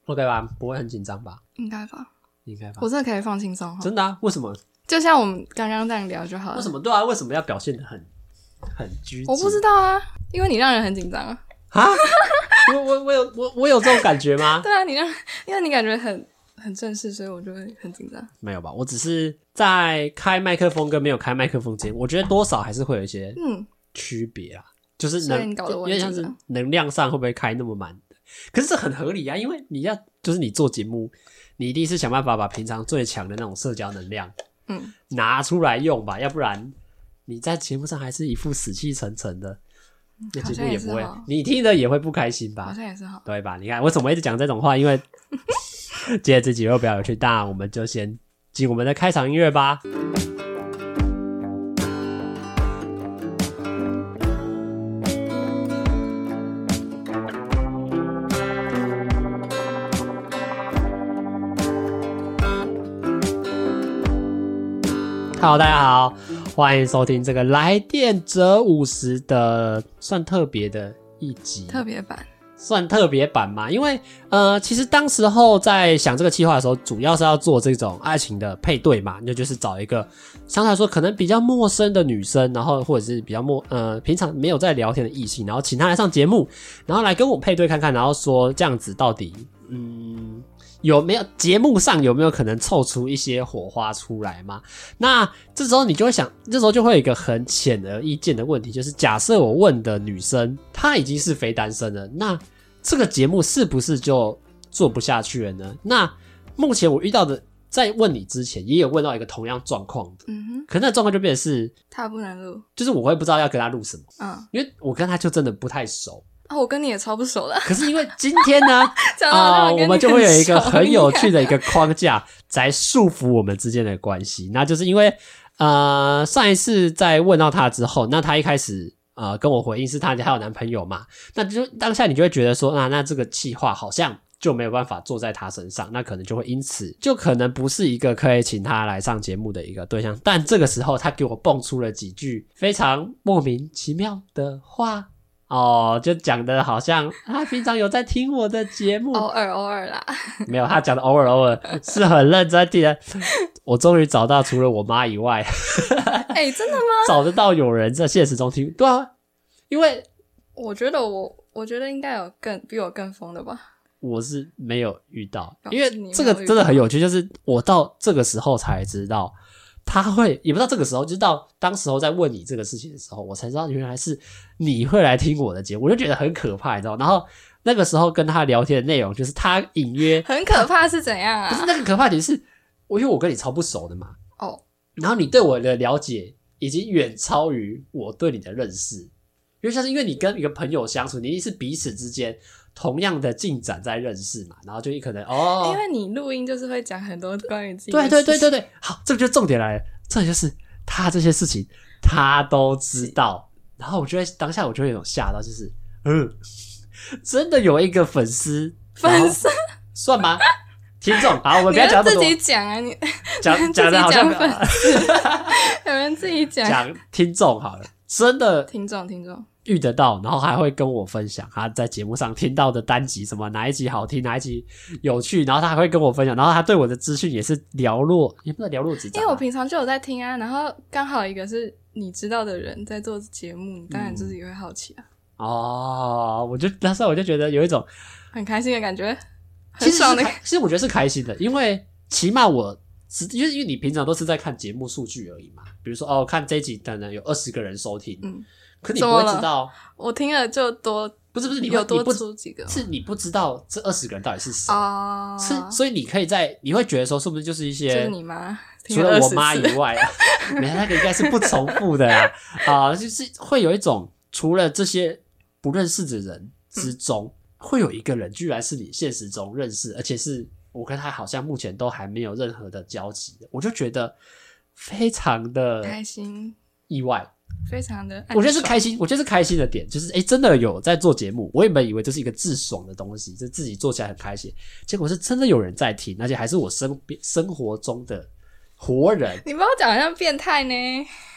OK 吧？不会很紧张吧？ 应该吧， 应该吧。 我真的可以放轻松齁。 真的啊？为什么？ 就像我们刚刚这样聊就好了。 为什么？对啊，为什么要表现得很拘谨？ 我不知道啊，因为你让人很紧张啊。 啊？我有这种感觉吗？ 对啊，因为你感觉很正式，所以我就会很紧张。 没有吧？我只是在开麦克风跟没有开麦克风之间，我觉得多少还是会有一些区别啊。就是所以你搞得我有点像是能量上会不会开那么满？可是这很合理啊，因为就是你做节目，你一定是想办法把平常最强的那种社交能量，拿出来用吧，要不然你在节目上还是一副死气沉沉的，那节目也不会，你听的也会不开心吧？ 好像也是好， 对吧？你看为什么一直讲这种话？因为今天这集又比较有趣，当然我们就先进我们的开场音乐吧。Hello， 大家好，欢迎收听这个来电者50的算特别的一集， 特别版， 算特别版嘛？因为其实当时候在想这个企划的时候，主要是要做这种爱情的配对嘛，那就是找一个相对来说可能比较陌生的女生，然后或者是比较平常没有在聊天的异性，然后请她来上节目，然后来跟我配对看看，然后说这样子到底有没有节目上有没有可能凑出一些火花出来嘛？那这时候你就会想，这时候就会有一个很显而易见的问题，就是假设我问的女生她已经是非单身了，那这个节目是不是就做不下去了呢？那目前我遇到的，在问你之前也有问到一个同样状况的，可是那个状况就变成是他不能录， 就是我会不知道要跟他录什么，因为我跟他就真的不太熟。 我跟你也超不熟的。 可是因为今天呢我们就会有一个很有趣的一个框架来束缚我们之间的关系，那就是因为上一次在问到他之后，那他一开始跟我回应是他有男朋友嘛，那就当下你就会觉得说那这个企划好像就没有办法做在他身上，那可能就会因此就可能不是一个可以请他来上节目的一个对象。但这个时候他给我蹦出了几句非常莫名其妙的话就讲的好像他平常有在听我的节目，偶尔啦。 没有，他讲的偶尔是很认真听的。我终于找到除了我妈以外真的吗？ 找得到有人在现实中听。对啊，因为我觉得应该有比我更疯的吧。 我是没有遇到，因为这个真的很有趣，就是我到这个时候才知道他会，也不知道这个时候，就是到当时候在问你这个事情的时候，我才知道原来是你会来听我的节目，我就觉得很可怕，你知道吗？然后那个时候跟他聊天的内容就是他隐约很可怕是怎样啊？ 不是那个可怕点是，因为我跟你超不熟的嘛，然后你对我的了解已经远超于我对你的认识，因为像是因为你跟一个朋友相处，你一定是彼此之间同样的进展在认识嘛，然后就可能因为你录音就是会讲很多关于自己的事情。 对，好，这个就重点来了，这就是他这些事情他都知道，然后我就会当下我就会有种吓到，就是真的有一个粉丝算吗？听众，好，我们不要讲这么多， 你要自己讲啊，你讲的好像粉丝有人自己讲听众好了，真的听众遇得到，然后还会跟我分享他在节目上听到的单集，什么哪一集好听，哪一集有趣，然后他还会跟我分享，然后他对我的资讯也是了若指掌。 因为我平常就有在听啊，然后刚好一个是你知道的人在做节目，你当然就是也会好奇啊。 那时候我就觉得有一种很开心的感觉，很爽的。 其实我觉得是开心的，因为起码因为你平常都是在看节目数据而已嘛，比如说看这一集可能有20个人收听，可你不会知道， 我听了就多， 不是有多出几个， 是你不知道这20个人到底是谁所以你会觉得说，是不是就是一些就是你妈， 除了我妈以外没那个应该是不重复的啦就是会有一种除了这些不认识的人之中，会有一个人居然是你现实中认识，而且是我跟他好像目前都还没有任何的交集的，我就觉得非常的开心意外。 非常的我觉得是开心，我觉得是开心的点，就是真的有在做节目，我原本以为这是一个自爽的东西，就自己做起来很开心，结果是真的有人在听，而且还是我生活中的活人。 你把我讲得像变态呢？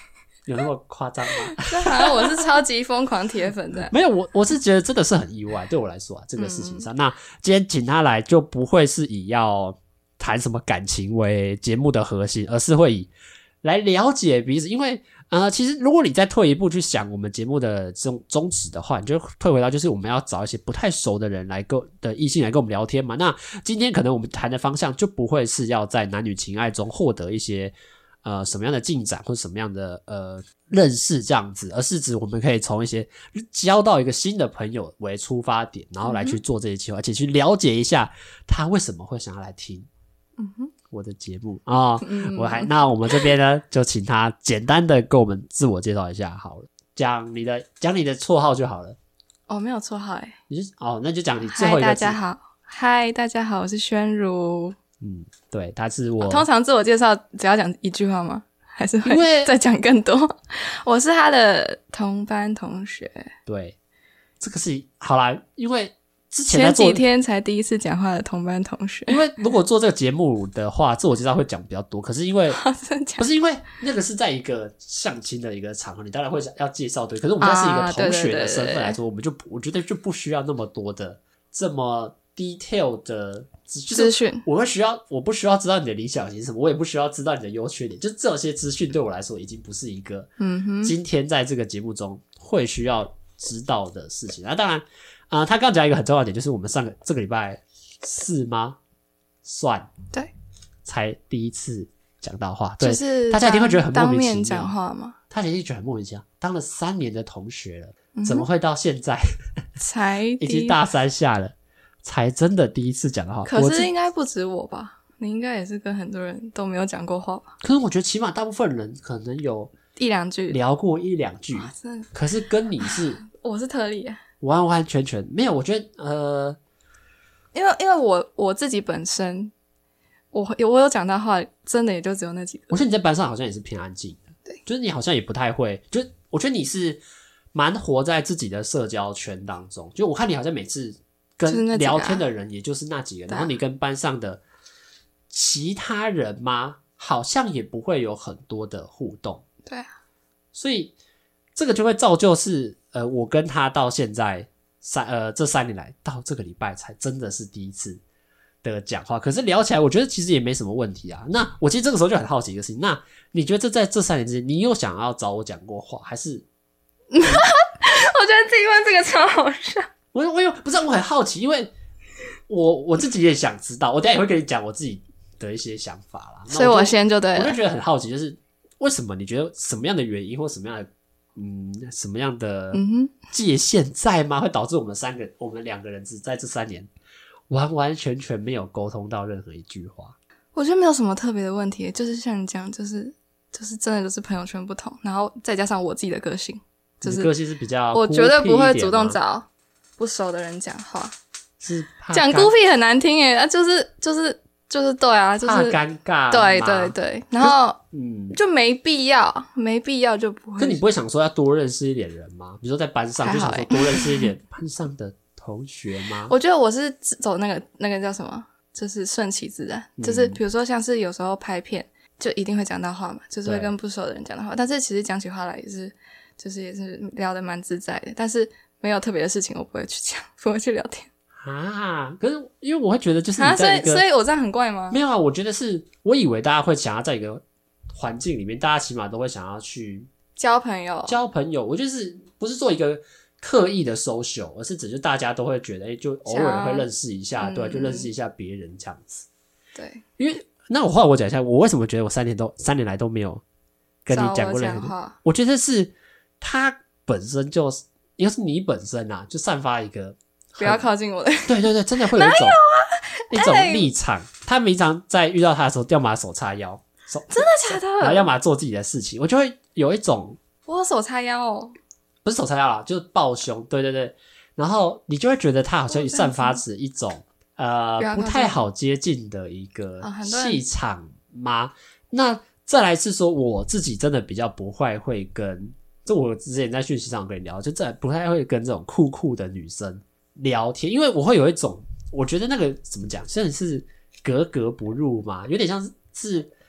有那么夸张吗？ 这好像我是超级疯狂铁粉的。 没有，我是觉得真的是很意外，对我来说啊，这个事情上，那今天请他来就不会是以要谈什么感情为节目的核心，而是会以来了解彼此。因为其实如果你再退一步去想我们节目的这种宗旨的话，你就退回到就是我们要找一些不太熟的人的异性来跟我们聊天嘛。那今天可能我们谈的方向就不会是要在男女情爱中获得一些什么样的进展或者什么样的认识这样子，而是指我们可以从一些交到一个新的朋友为出发点，然后来去做这些计划，而且去了解一下他为什么会想要来听我的节目啊。那我们这边呢，就请他简单的跟我们自我介绍一下好了，讲你的绰号就好了。 哦，没有绰号诶。 那就讲你最后一个字。 嗨，大家好，我是宣如。 对，他是我。 通常自我介绍只要讲一句话吗？还是会再讲更多？我是他的同班同学。 对，这个是好啦，因为前几天才第一次讲话的同班同学。 因为如果做这个节目的话，自我介绍会讲比较多，可是因为不是因为那个是在一个相亲的一个场合，你当然会要介绍对，可是我们现在是一个同学的身份来说，我觉得就不需要那么多的这么 detail 的资讯。 我不需要知道你的理想型是什么，我也不需要知道你的优缺点，就这些资讯对我来说已经不是一个今天在这个节目中会需要知道的事情。那当然他刚讲一个很重要的点，就是我们这个礼拜4吗？ 对， 才第一次讲到话，对， 就是大家一定会觉得很莫名其妙。 当面讲话吗？ 他一定觉得很莫名其妙，当了3年的同学了，怎么会到现在才已经大3下了，才真的第一次讲到话？ 可是应该不止我吧？你应该也是跟很多人都没有讲过话吧？ 可是我觉得起码大部分人可能有 1-2句聊过1-2句，可是跟你是我是特例耶， 完完全全没有。我觉得因为我自己本身我有讲到话，真的也就只有那几个。 我觉得你在班上好像也是偏安静的， 对， 就是你好像也不太会，就我觉得你是蛮活在自己的社交圈当中。就我看你好像每次跟聊天的人也就是那几个，然后你跟班上的其他人嘛，好像也不会有很多的互动。 对啊， 所以这个就会造就是我跟他到现在这3年来到这个礼拜才真的是第一次的讲话，可是聊起来我觉得其实也没什么问题啊。那我其实这个时候就很好奇一个事情，那你觉得在这3年之间，你有想要找我讲过话，还是我觉得自己问这个超好笑。 我不知道，我很好奇，因为我自己也想知道，我等一下也会跟你讲我自己的一些想法啦。 所以我先就对了， 我就觉得很好奇，就是为什么你觉得什么样的原因或什么样的界限在吗？会导致我们2个人只在这3年完完全全没有沟通到任何一句话？ 我觉得没有什么特别的问题，就是像你讲，就是真的就是朋友圈不同，然后再加上我自己的个性，就是你的个性是比较我绝对不会主动找不熟的人讲话， 是讲孤僻很难听耶，就是对啊，就是怕尴尬， 对，然后就没必要就不会。 可你不会想说要多认识一点人吗？比如说在班上就想说多认识一点班上的同学吗？ 我觉得我是走那个叫什么，就是顺其自然，就是比如说像是有时候拍片就一定会讲到话嘛，就是会跟不熟的人讲到话，但是其实讲起话来也是聊得蛮自在的，但是没有特别的事情我不会去讲，不会去聊天啊。可是因为我会觉得就是你在一个所以我这样很怪吗？ 没有啊，我觉得是我以为大家会想要在一个环境里面，大家起码都会想要去交朋友。 我就是不是做一个刻意的 social， 而是只是大家都会觉得就偶尔会认识一下，对，就认识一下别人这样子。 对， 因为那我讲一下，我为什么觉得我3年来都没有跟你讲过任何话。我觉得是他本身就是应该是你本身啊，就散发一个不要靠近我的对，真的会有一种立场。他平常在遇到他的时候，要么手叉腰， 真的假的？ 然后要么做自己的事情，我就会有一种我有手叉腰哦， 不是手叉腰啦，就是抱胸，对，然后你就会觉得他好像散发着一种不太好接近的一个气场吗？那再来是说我自己真的比较不会跟，这我之前在讯息上跟你聊，就不太会跟这种酷的女生聊天，因为我会有一种我觉得那个怎么讲，真的是格格不入嘛，有点像是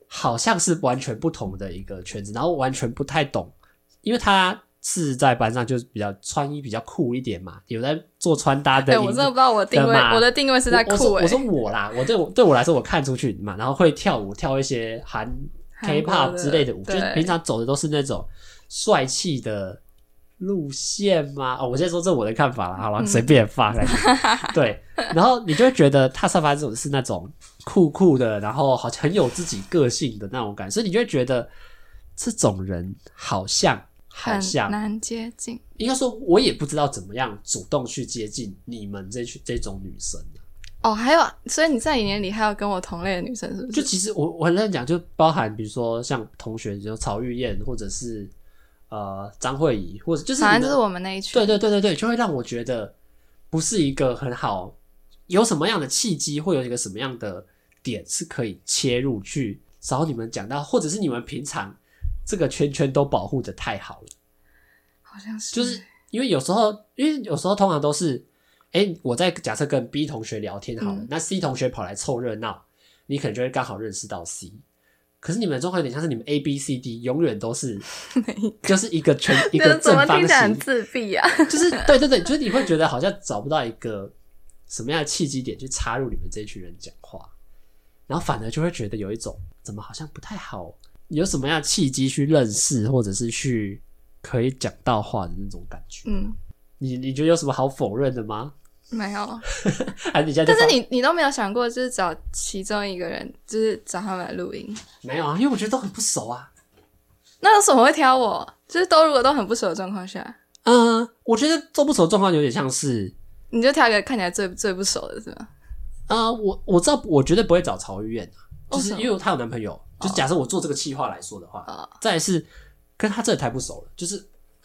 好像是完全不同的一个圈子，然后完全不太懂，因为他是在班上就是比较穿衣比较酷一点嘛，有在做穿搭的。 我真的不知道我的定位，我的定位是在酷我说我啦，对我来说，我看出去嘛，然后会跳舞，跳一些韩 K-pop 之类的舞，就是平常走的都是那种帅气的路线嘛。我现在说这是我的看法啦，好了，随便放。对，然后你就会觉得他散发这种是那种酷酷的，然后好像很有自己个性的那种感觉，所以你就会觉得这种人好像很难接近。 应该说，我也不知道怎么样主动去接近你们这种女生。 还有，所以你在1年里还有跟我同类的女生是不是？ 就其实我很认真讲，就包含比如说像同学，就曹玉燕或者是张慧仪，或者就是反正就是我们那一群。 对，就会让我觉得不是一个很好，有什么样的契机，会有一个什么样的点是可以切入去找你们讲到，或者是你们平常这个圈圈都保护的太好了。 好像是， 就是因为有时候通常都是，我在假设跟 B 同学聊天好了，那 C 同学跑来凑热闹，你可能就会刚好认识到 C。可是你们的状况有点像是你们 A、B、C、D 永远都是，就是一个正方形， 怎么听起来很自闭啊？ 就是对，就是你会觉得好像找不到一个什么样的契机点去插入你们这一群人讲话，然后反而就会觉得有一种怎么好像不太好，有什么样的契机去认识或者是去可以讲到话的那种感觉。你觉得有什么好否认的吗？ 没有。 还是你现在但是你都没有想过就是找其中一个人，就是找他们来录音？ 没有啊，因为我觉得都很不熟啊。 那有什么会挑我？就是如果都很不熟的状况下， 我觉得都不熟的状况有点像是， 你就挑一个看起来最不熟的是吗？ 我知道，我绝对不会找曹玉燕啊，就是因为她有男朋友。就是假设我做这个企划来说的话，再来是跟她真的太不熟了，就是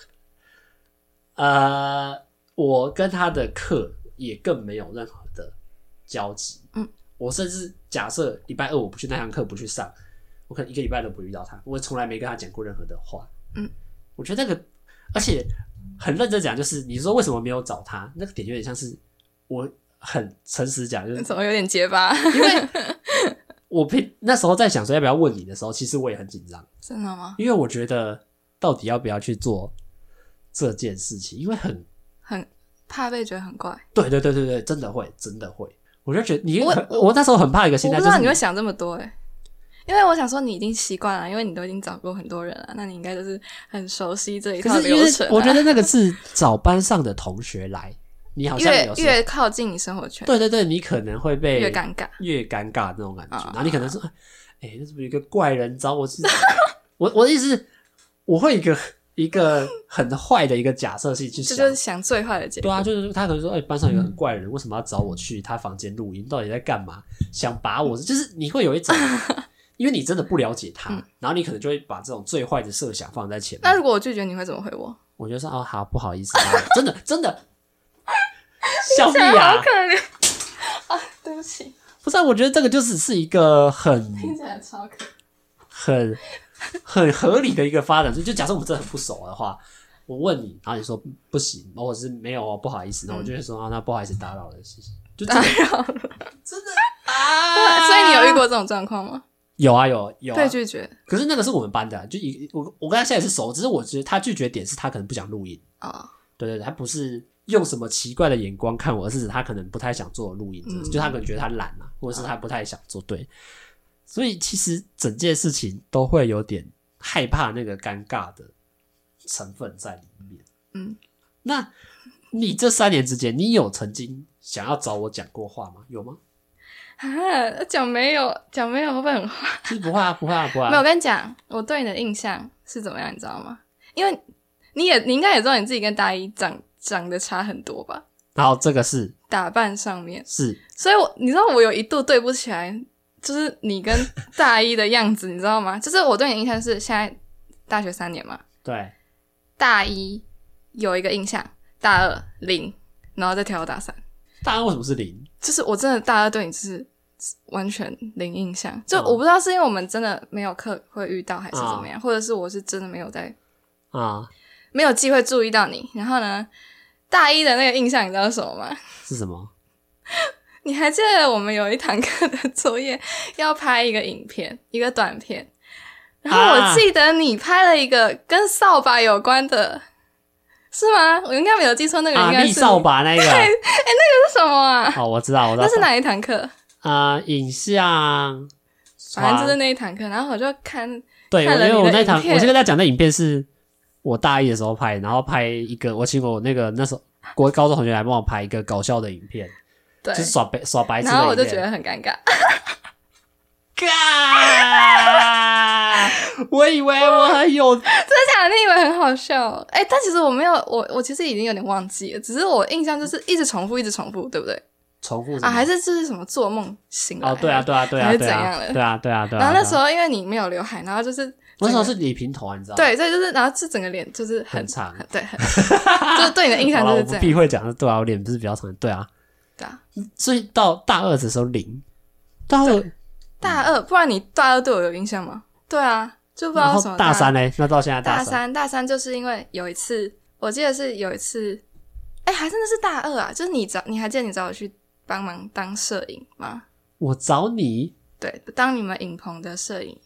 我跟她的课也更没有任何的交集。我甚至假设礼拜二我不去那堂课不去上，我可能1个礼拜都不遇到她，我从来没跟她讲过任何的话。我觉得那个，而且很认真讲，就是你说为什么没有找她，那个点有点像是我很诚实讲，就是怎么有点结巴？ 因为我那时候在想说要不要问你的时候，其实我也很紧张。 真的吗？ 因为我觉得到底要不要去做这件事情，因为很怕被觉得很怪。 对，真的会。我就觉得我那时候很怕一个心态， 我不知道你会想这么多因为我想说你已经习惯了，因为你都已经找过很多人了，那你应该就是很熟悉这一套流程。 我觉得那个是找班上的同学来，你好像越靠近你生活圈， 对，你可能会被越尴尬那种感觉。然后你可能说，那是不是有一个怪人找我？我的意思是，我会一个很坏的一个假设性去想， 就是想最坏的结果。 对啊，就是他可能说，班上有一个很怪人，为什么要找我去他房间录音？到底在干嘛？想把我，就是你会有一种，因为你真的不了解他，然后你可能就会把这种最坏的设想放在前面。 那如果我拒绝，你会怎么回我？ 我就说好，不好意思，真的，笑屁啊， 好可怜啊！对不起， 不是，我觉得这个就只是一个听起来超可很合理的一个发展。就假设我们真的很不熟的话，我问你，然后你说不行，或者是没有不好意思，那我就会说那不好意思打扰了，谢谢。就打扰了， 真的啊！ 所以你有遇过这种状况吗？ 有啊， 被拒绝。 可是那个是我们班的，就我跟他现在是熟，只是我觉得他拒绝点是他可能不想录音对，他不是用什么奇怪的眼光看我，而是他可能不太想做录音就他可能觉得他懒或者是他不太想做。对，所以其实整件事情都会有点害怕那个尴尬的成分在里面。那你这3年之间，你有曾经想要找我讲过话吗？有吗？ 讲没有会不会很坏？ 其实不会啊。 没有，我跟你讲，我对你的印象是怎么样，你知道吗？因为你应该也知道你自己跟大一长得差很多吧？ 然后这个是打扮上面是， 所以你知道我有一度对不起来，就是你跟大一的样子，你知道吗？就是我对你的印象是现在大学3年嘛， 对， 大一有一个印象，大20，然后再调到大3。 大2为什么是0？ 就是我真的大2对你就是完全零印象，就我不知道是因为我们真的没有课会遇到还是怎么样，或者是我是真的没有在没有机会注意到你。然后呢，大一的那个印象你知道是什么吗？ 是什么？ 你还记得我们有一堂课的作业要拍一个影片，一个短片，然后我记得你拍了一个跟扫把有关的，是吗？我应该没有记错，那个应该是立扫把那个。 对，那个是什么啊？ 哦，我知道。 那是哪一堂课？ 影像， 反正就是那一堂课，然后我就看。 对，因为我那堂，我先跟大家讲，那影片是我大一的时候拍，然后拍一个，我请我那时候高中同学来帮我拍一个搞笑的影片， 对， 就是耍白痴的影片， 然后我就觉得很尴尬。 我以为我很有， 真的假的？你以为很好笑？但其实我没有，我其实已经有点忘记了，只是我印象就是一直重复，对不对？ 重复啊？还是就是什么做梦醒来？ 哦，对啊， 还是怎样的？ 对啊。 然后那时候因为你没有刘海，然后就是那时候是理平头，你知道吗？ 对，所以就是然后这整个脸就是很长， 对，就是对你的印象就是这样。 我不避讳讲，对啊，我脸不是比较长，对啊。所以到大二的时候零，大二，不然你大二对我有印象吗？对啊，就不知道为什么。 大三呢？那到现在大三就是因为有一次，我记得是有一次，还真的是大二啊，就是你还记得你找我去帮忙当摄影吗？ 我找你， 对，当你们影棚的摄影。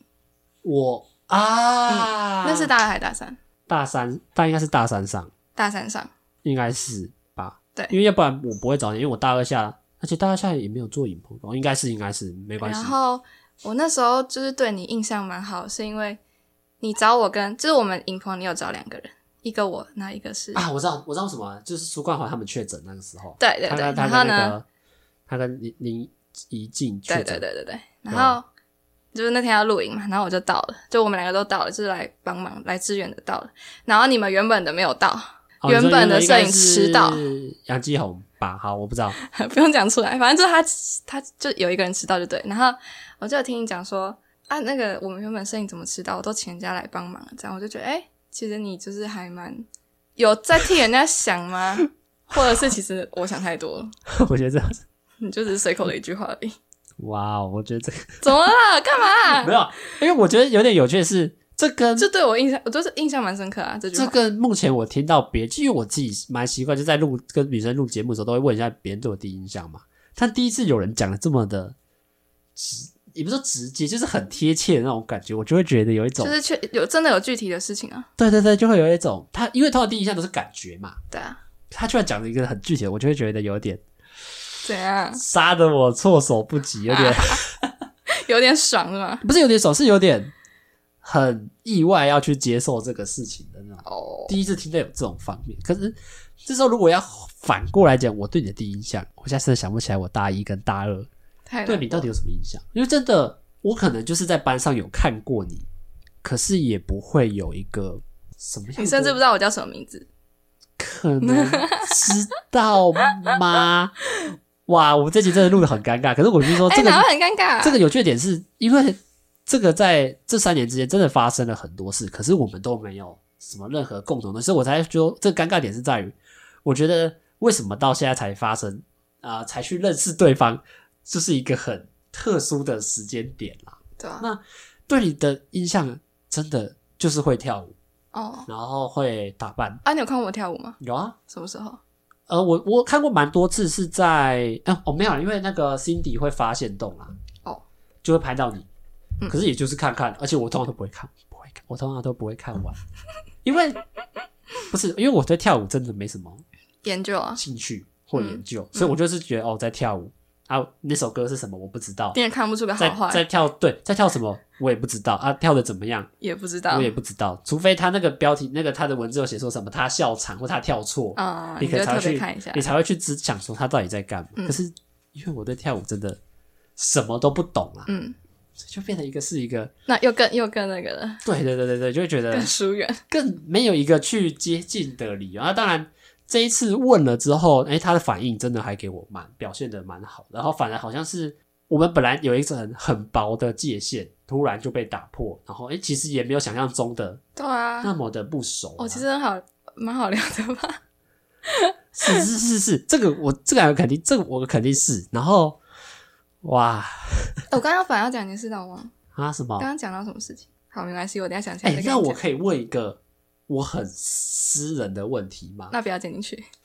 那是大二还是大三？ 大三，但应该是大三上。 大三上， 应该是吧？ 对， 因为要不然我不会找你，因为我大二下，而且大二下也没有做影棚，应该是没关系。 然后我那时候就是对你印象蛮好，是因为你找我就是我们影棚，你有找2个人。一个我，那一个是我知道什么，就是苏冠华他们确诊那个时候， 对，然后呢， 他跟林怡静确诊， 对，然后就是那天要录影嘛，然后我就到了，就我们2个都到了，就是来帮忙来支援的到了，然后你们原本的没有到，原本的摄影迟到， 杨基宏吧，好，我不知道， 不用讲出来，反正就是他就有一个人迟到就对，然后我就有听你讲说那个我们原本摄影怎么迟到，我都请人家来帮忙，这样我就觉得其实你就是还蛮有在替人家想吗？或者是其实我想太多了？ 我觉得这样子， 你就只是随口的一句话而已。 哇，我觉得这个怎么了？干嘛？ 没有，因为我觉得有点有趣的是，这对我印象，我就是印象蛮深刻啊。这个目前我听到因为我自己蛮习惯，就在跟女生录节目的时候，都会问一下别人对我第一印象嘛。但第一次有人讲的这么的也不是说直接，就是很贴切的那种感觉，我就会觉得有一种就是真的有具体的事情啊。 对，就会有一种因为他的第一印象都是感觉嘛。 对啊， 他居然讲了一个很具体的，我就会觉得有点怎样， 杀得我措手不及，有点有点爽是吗？ 不是有点爽，是有点很意外要去接受这个事情的那种。第一次听到有这种方面，可是这时候如果要反过来讲，我对你的第一印象，我现在真的想不起来我大一跟大二对你到底有什么印象？因为真的，我可能就是在班上有看过你，可是也不会有一个什么样的， 你甚至不知道我叫什么名字， 可能知道吗？哇，我们这集真的录得很尴尬。可是我就说，这个哪会很尴尬？ 这个有趣的点是因为这个在这3年之间真的发生了很多事，可是我们都没有什么任何共同的，所以我才说这个尴尬点是在于，我觉得为什么到现在才发生才去认识对方。就是一个很特殊的时间点啦， 对啊。 那对你的印象真的就是会跳舞然后会打扮你有看过我跳舞吗？ 有啊， 什么时候？ 我看过蛮多次，是在没有，因为那个 Cindy 会发现动就会拍到你，可是也就是看看，而且我通常都不会看，我通常都不会看完，因为不是因为我对跳舞真的没什么研究兴趣或研究，所以我就是觉得在跳舞。那首歌是什么我不知道， 你也看不出个好坏。 在跳什么我也不知道跳的怎么样也不知道， 我也不知道，除非他那个标题他的文字有写说什么他笑场或他跳错你可能才会去看一下， 你才会去想说他到底在干嘛。可是因为我对跳舞真的什么都不懂所以就变成是一个那又更那个了。 对，就会觉得更疏远， 更没有一个去接近的理由。当然这一次问了之后他的反应真的还给我表现得蛮好的，然后反而好像是我们本来有一层很薄的界限突然就被打破，然后其实也没有想象中的对啊那么的不熟其实蛮好聊的吧。 是这个我肯定是，然后哇我刚刚反而要讲一件事，我忘什么刚刚讲到什么事情？好，没关系，我等一下想起来。 那我可以问一个我很私人的问题吗？ 那不要剪进去。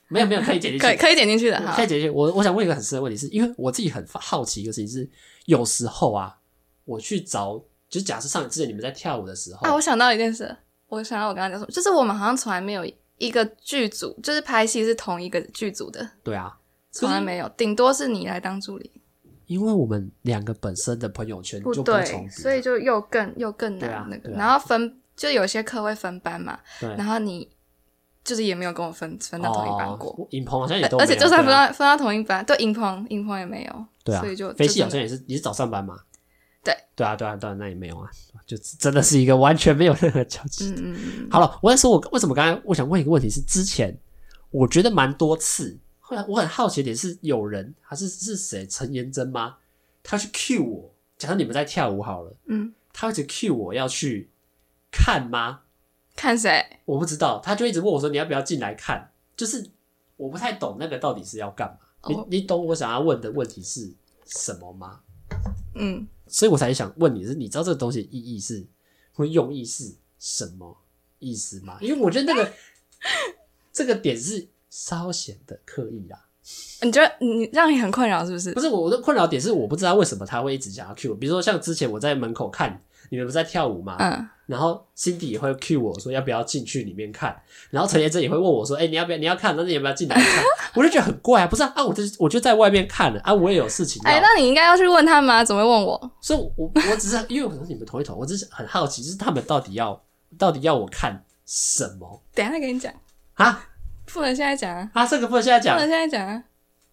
没有可以剪进去， 可以剪进去的，好， 可以剪进去。我想问一个很深的问题是，因为我自己很好奇一个事情是，有时候啊，我去找，就是假设之前你们在跳舞的时候啊，我想到一件事，我刚刚讲什么，就是我们好像从来没有一个剧组，就是拍戏是同一个剧组的， 对啊， 从来没有，顶多是你来当助理。 因为我们2个本身的朋友圈就不对， 重叠， 所以就又更难那个。然后就有些课会分班嘛，然后你就是也没有跟我分到同一班过。 影棚好像也都没有， 而且就算分到同一班，对影棚也没有。 对啊， 所以就飞戏好像也是早上班嘛。 对啊，那也没有啊，就真的是一个完全没有任何交集。好了，我在说我为什么刚才我想问一个问题是，之前我觉得蛮多次。后来我很好奇的点是，有人还是谁？陈妍珍吗？他去 cue 我，假设你们在跳舞好了，他会一直 cue 我要去看吗？ 看谁？ 我不知道，他就一直问我说：“你要不要进来看？”就是我不太懂那个到底是要干嘛。你懂我想要问的问题是什么吗？所以我才想问你是，你知道这个东西的意义是或用意是什么意思吗？因为我觉得那个这个点是稍显的刻意啦。 你觉得你让你很困扰是不是？ 不是，我的困扰点是我不知道为什么他会一直想要 cue 我。比如说像之前我在门口看你们不是在跳舞吗？然后 Cindy 也会 cue 我说要不要进去里面看，然后陈妍珍也会问我说你要看，那你要不要进来看？我就觉得很怪啊，不是啊，我就在外面看了啊，我也有事情要。 那你应该要去问他们啊，怎么会问我？ 所以我只是因为我跟你们同一头，我只是很好奇，就是他们到底要我看什么？ 等一下再跟你讲啊， 不能现在讲啊！ 这个不能现在讲， 不能现在讲啊！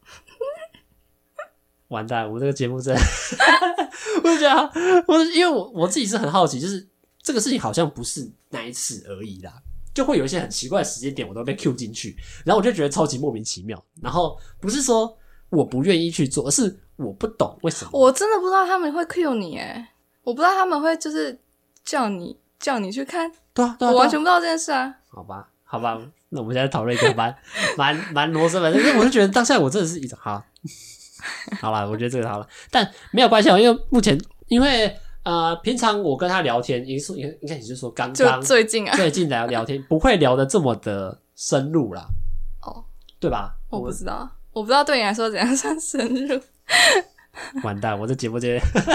完蛋，我们这个节目真的我就觉得因为我自己是很好奇，就是这个事情好像不是那一次而已啦，就会有一些很奇怪的时间点我都被 cue 进去，然后我就觉得超级莫名其妙，然后不是说我不愿意去做，而是我不懂为什么。 我真的不知道他们会 cue 你耶，我不知道他们会就是叫你去看。 对啊， 我完全不知道这件事啊。 好吧，那我们现在讨论一个蛮罗生门，但是我就觉得当下我真的是一种好啦，我觉得这个好了，但没有关系因为目前平常我跟他聊天，应该也就是说刚刚最近聊天不会聊得这么的深入啦，对吧？ 我不知道对你来说怎样算深入。 完蛋，我这节目越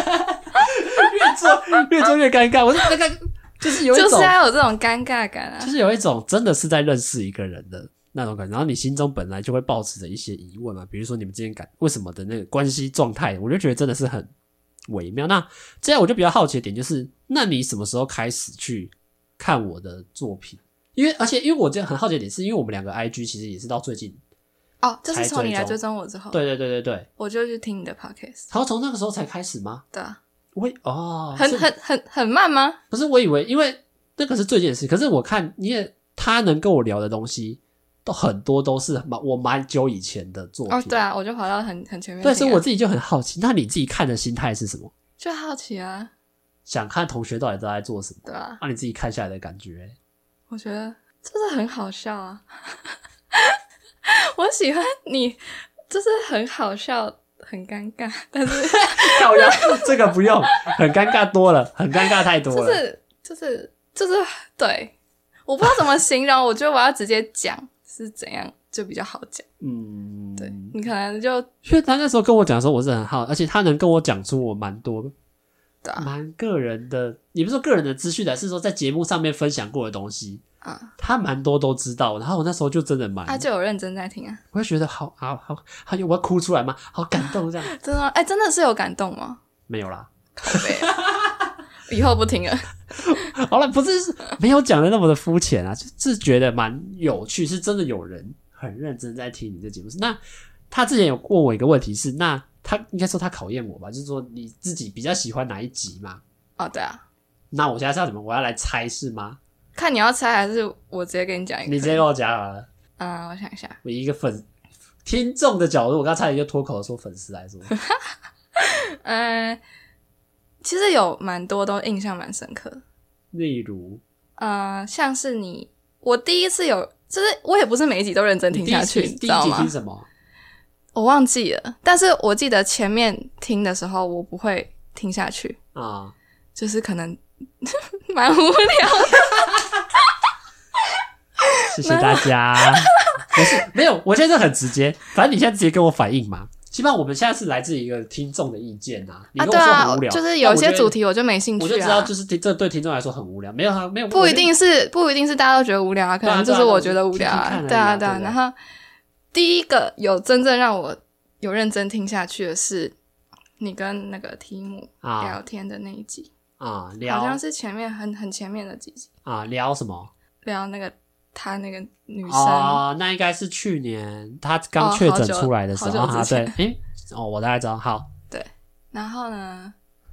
做越尴尬，我那个就是有一种就是要有这种尴尬感啊， 就是有一种真的是在认识一个人的那种感觉，然后你心中本来就会抱持着一些疑问嘛，比如说你们之间为什么的那个关系状态，我就觉得真的是很微妙。那这样我就比较好奇的点就是，那你什么时候开始去看我的作品？而且因为我觉得很好奇的点是，因为我们2个 IG 其实也是到最近就是从你来追踪我之后， 对， 我就去听你的 podcast， 然后从那个时候才开始吗？ 对啊， 很慢吗？ 不是，我以为因为那个是最近的事，可是我看他能跟我聊的东西都很多都是我蛮久以前的作品。 对啊，我就跑到很前面。 对，所以我自己就很好奇，那你自己看的心态是什么？ 就好奇啊， 想看同学到底都在做什么。 对啊， 那你自己看下来的感觉？我觉得真的很好笑啊。我喜欢你，就是很好笑，很尴尬，但是这个不用，很尴尬多了，很尴尬太多了。 就是对，我不知道怎么形容，我觉得我要直接讲是怎样就比较好讲。对，你可能就因为他那时候跟我讲的时候，我是很好，而且他能跟我讲出我蛮多蛮个人的，也不是说个人的资讯的，是说在节目上面分享过的东西。他蛮多都知道，然后我那时时候就真的他就有认真在听啊， 我会觉得好，我要哭出来吗？好感动这样。 真的吗？真的是有感动吗？ 没有啦， 靠北以后不听了。 好了，不是没有讲的那么的肤浅啊，就是觉得蛮有趣，是真的有人很认真在听你这节目。那他之前有问我一个问题是，那他应该说他考验我吧，就是说你自己比较喜欢哪一集嘛？ 对啊。 那我现在是要怎么？我要来猜是吗？ 看你要猜还是我直接跟你讲一个？ 你直接跟我讲好了。 我想一下。 我以一个听众的角度，我刚才差点就脱口说粉丝来说。 其实有蛮多都印象蛮深刻的。 例如像是我第一次就是我也不是每一集都认真听下去，你知道吗？ 第一集听什么？ 我忘记了，但是我记得前面听的时候我不会听下去就是可能蛮无聊的。 谢谢大家。 不是没有，我现在很直接，反正你现在直接跟我反映嘛。基本上我们现在是来自一个听众的意见啊，你跟我说很无聊， 就是有些主题我就没兴趣我就知道就是这对听众来说很无聊，没有， 不一定是大家都觉得无聊啊，可能就是我觉得无聊啊，对啊。然后第一个有真正让我有认真听下去的是你跟那个提姆聊天的那一集啊， 好像是前面很前面的几集啊，聊什么？ 聊那个他那个女生那应该是去年他刚确诊出来的时候啊，对，我大概知道，好， 对，然后呢，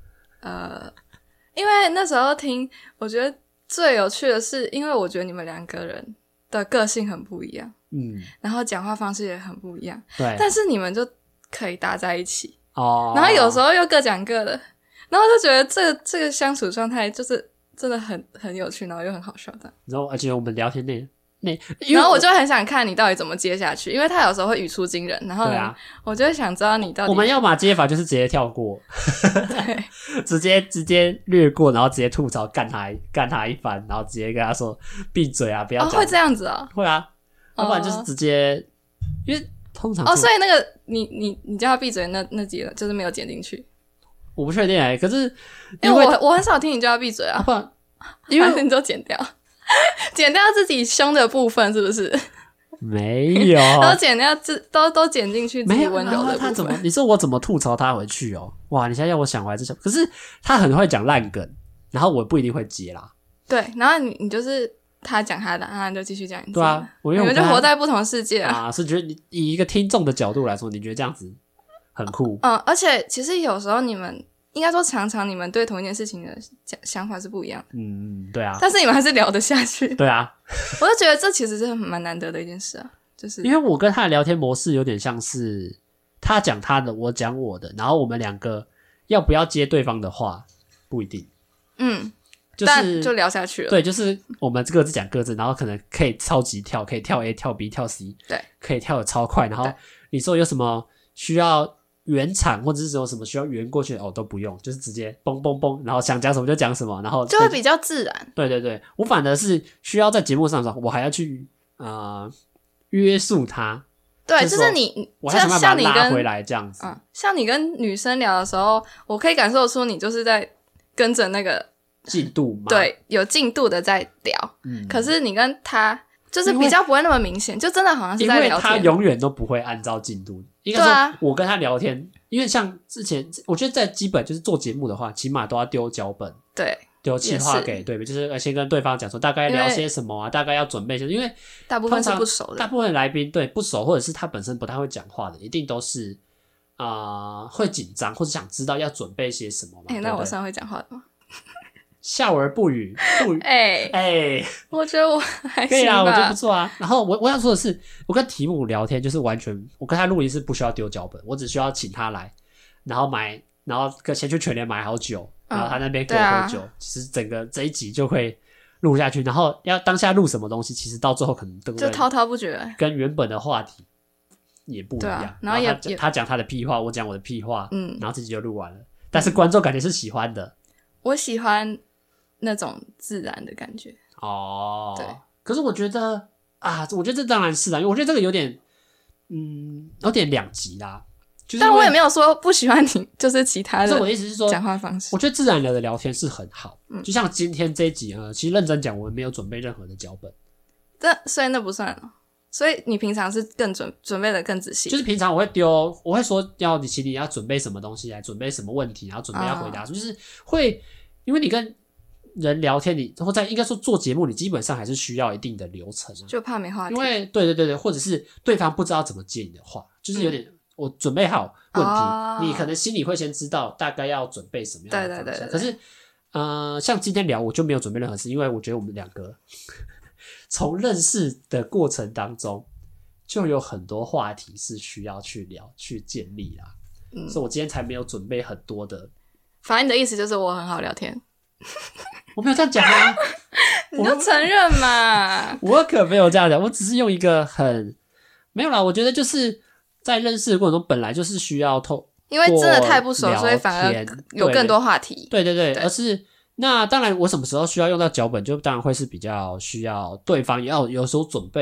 因为那时候听，我觉得最有趣的是，因为我觉得你们两个人的个性很不一样，然后讲话方式也很不一样， 对， 但是你们就可以搭在一起然后有时候又各讲各的，然后就觉得这个相处状态就是真的很有趣，然后又很好笑的。 然后而且我们聊天然后我就很想看你到底怎么接下去，因为他有时候会语出惊人，然后呢，我就会想知道你到底。 我们要么接法就是直接跳过，对，直接略过，然后直接吐槽干他一番，然后直接跟他说闭嘴啊，不要讲。 会这样子啊？ 会啊，要不然就是直接，因为通常所以那个你叫他闭嘴那集就是没有剪进去。 我不确定可是因为我很少听你叫他闭嘴啊， 不然因为你都剪掉。剪掉自己凶的部分是不是？ 没有， 都剪掉都剪进去自己温柔的部分。 他怎么？你说我怎么吐槽他回去哦？哇，你现在要我想回来可是他很会讲烂梗，然后我不一定会接啦。 对，然后你就是他讲他的，然后你就继续讲你自己的。 对啊， 你们就活在不同世界啊。是觉得你以一个听众的角度来说，你觉得这样子很酷？ 而且其实有时候你们。应该说常常你们对同一件事情的想法是不一样的。 对啊。 但是你们还是聊得下去。 对啊。 我就觉得这其实是蛮难得的一件事啊，就是因为我跟他的聊天模式有点像是他讲他的，我讲我的，然后我们两个要不要接对方的话不一定。 但就聊下去了。 对，就是我们各自讲各自，然后可能可以超级跳，可以跳 A 跳 B 跳 C， 对， 可以跳得超快，然后你说有什么需要圆场或者是有什么需要圆过去的都不用，就是直接嘣嘣嘣，然后想讲什么就讲什么，然后就会比较自然。 对，我反而是需要在节目上的时候，我还要去约束他。 对，就是你我还想办法拉回来这样子。 像你跟女生聊的时候，我可以感受出你就是在跟着那个进度嘛， 对，有进度的在聊。可是你跟他就是比较不会那么明显，就真的好像是在聊天。 因为他永远都不会按照进度。应该说我跟他聊天，因为像之前我觉得在基本就是做节目的话，起码都要丢脚本， 对， 丢企划给对，就是先跟对方讲说大概聊些什么啊，大概要准备些，因为大部分是不熟的， 大部分来宾对不熟或者是他本身不太会讲话的，一定都是会紧张或者想知道要准备些什么嘛。 那我算会讲话的吗？ 笑而不语， 我觉得我还行吧， 可以啊，我觉得不错啊。然后我想说的是，我跟提姆聊天就是完全，我跟他录音是不需要丢脚本，我只需要请他来，然后先去全联买好酒，然后他那边给我喝酒，其实整个这一集就会录下去。然后要当下录什么东西，其实到最后可能都就滔滔不绝， 跟原本的话题也不一样。 然后他讲他的屁话，我讲我的屁话，然后这集就录完了。但是观众感觉是喜欢的， 我喜欢那种自然的感觉。对。 可是我觉得我觉得这当然是啦，因为我觉得这个有点两极啦。就是但我也没有说不喜欢你，就是其他的。 我的意思是说， 讲话方式， 我觉得自然的聊天是很好。就像今天这一集其实认真讲，我们没有准备任何的脚本。 所以那不算了。所以你平常是更准备的更仔细。 就是平常我会说请你要准备什么东西来，准备什么问题，然后准备要回答，就是会因为你跟人聊天，你或在应该说做节目，你基本上还是需要一定的流程， 就怕没话题。 因为对，或者是对方不知道怎么接你的话，就是有点我准备好问题，你可能心里会先知道大概要准备什么样的方向。可是像今天聊我就没有准备任何事，因为我觉得我们两个从认识的过程当中就有很多话题是需要去聊去建立啦。所以我今天才没有准备很多的。 反正你的意思就是我很好聊天。 我没有这样讲啊。 你就承认嘛。 我可没有这样讲，我只是用一个没有啦，我觉得就是在认识的过程中本来就是需要因为真的太不熟，所以反而有更多话题。 对，而是那当然我什么时候需要用到脚本，就当然会是比较需要对方要有所准备啦。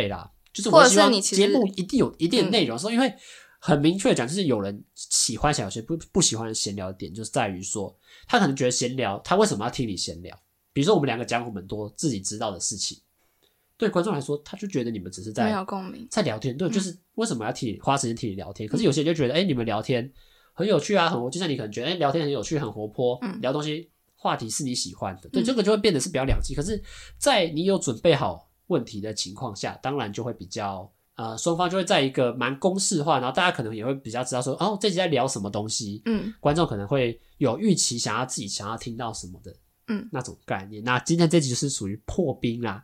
就是我希望或者是你其实节目一定有一定的内容，因为很明确的讲，就是有人喜欢小学不喜欢的闲聊的点，就是在于说他可能觉得闲聊，他为什么要听你闲聊？比如说我们两个讲很多自己知道的事情，对观众来说，他就觉得你们只是在没有共鸣， 在聊天，对，就是为什么要花时间听你聊天？可是有些人就觉得，你们聊天很有趣啊，就像你可能觉得，聊天很有趣，很活泼，聊东西话题是你喜欢的，对，这个就会变得是比较两极。可是，在你有准备好问题的情况下，当然就会比较双方就会在一个蛮公式化，然后大家可能也会比较知道说，这集在聊什么东西，观众可能会有预期，自己想要听到什么的，那种概念。那今天这集就是属于破冰啦，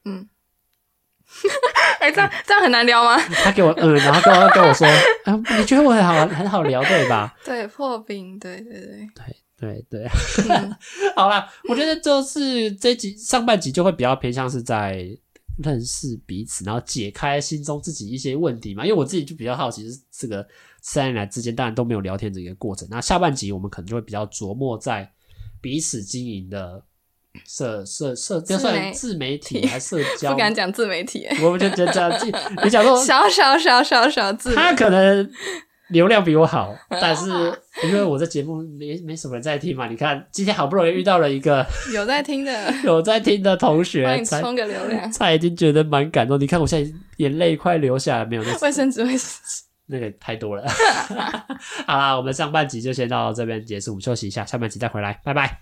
这样很难聊吗？ 他给我然后跟我说，你觉得我很好聊对吧？ 对，破冰，对， 好啦，我觉得就是这一集上半集就会比较偏向是在认识彼此，然后解开心中自己一些问题嘛。因为我自己就比较好奇，是这个3年来之间当然都没有聊天这个过程。那下半集我们可能就会比较琢磨在彼此经营的就算自媒体还是社交， 不敢讲自媒体， 我们就讲你讲说小自媒体， 他可能流量比我好，但是因为我这节目没什么人在听嘛，你看今天好不容易遇到了一个有在听的同学， 帮你冲个流量， 他已经觉得蛮感动。你看我现在眼泪快流下来，没有卫生纸那个太多了。好啦，我们上半集就先到这边结束，我们休息一下，下半集再回来，拜拜。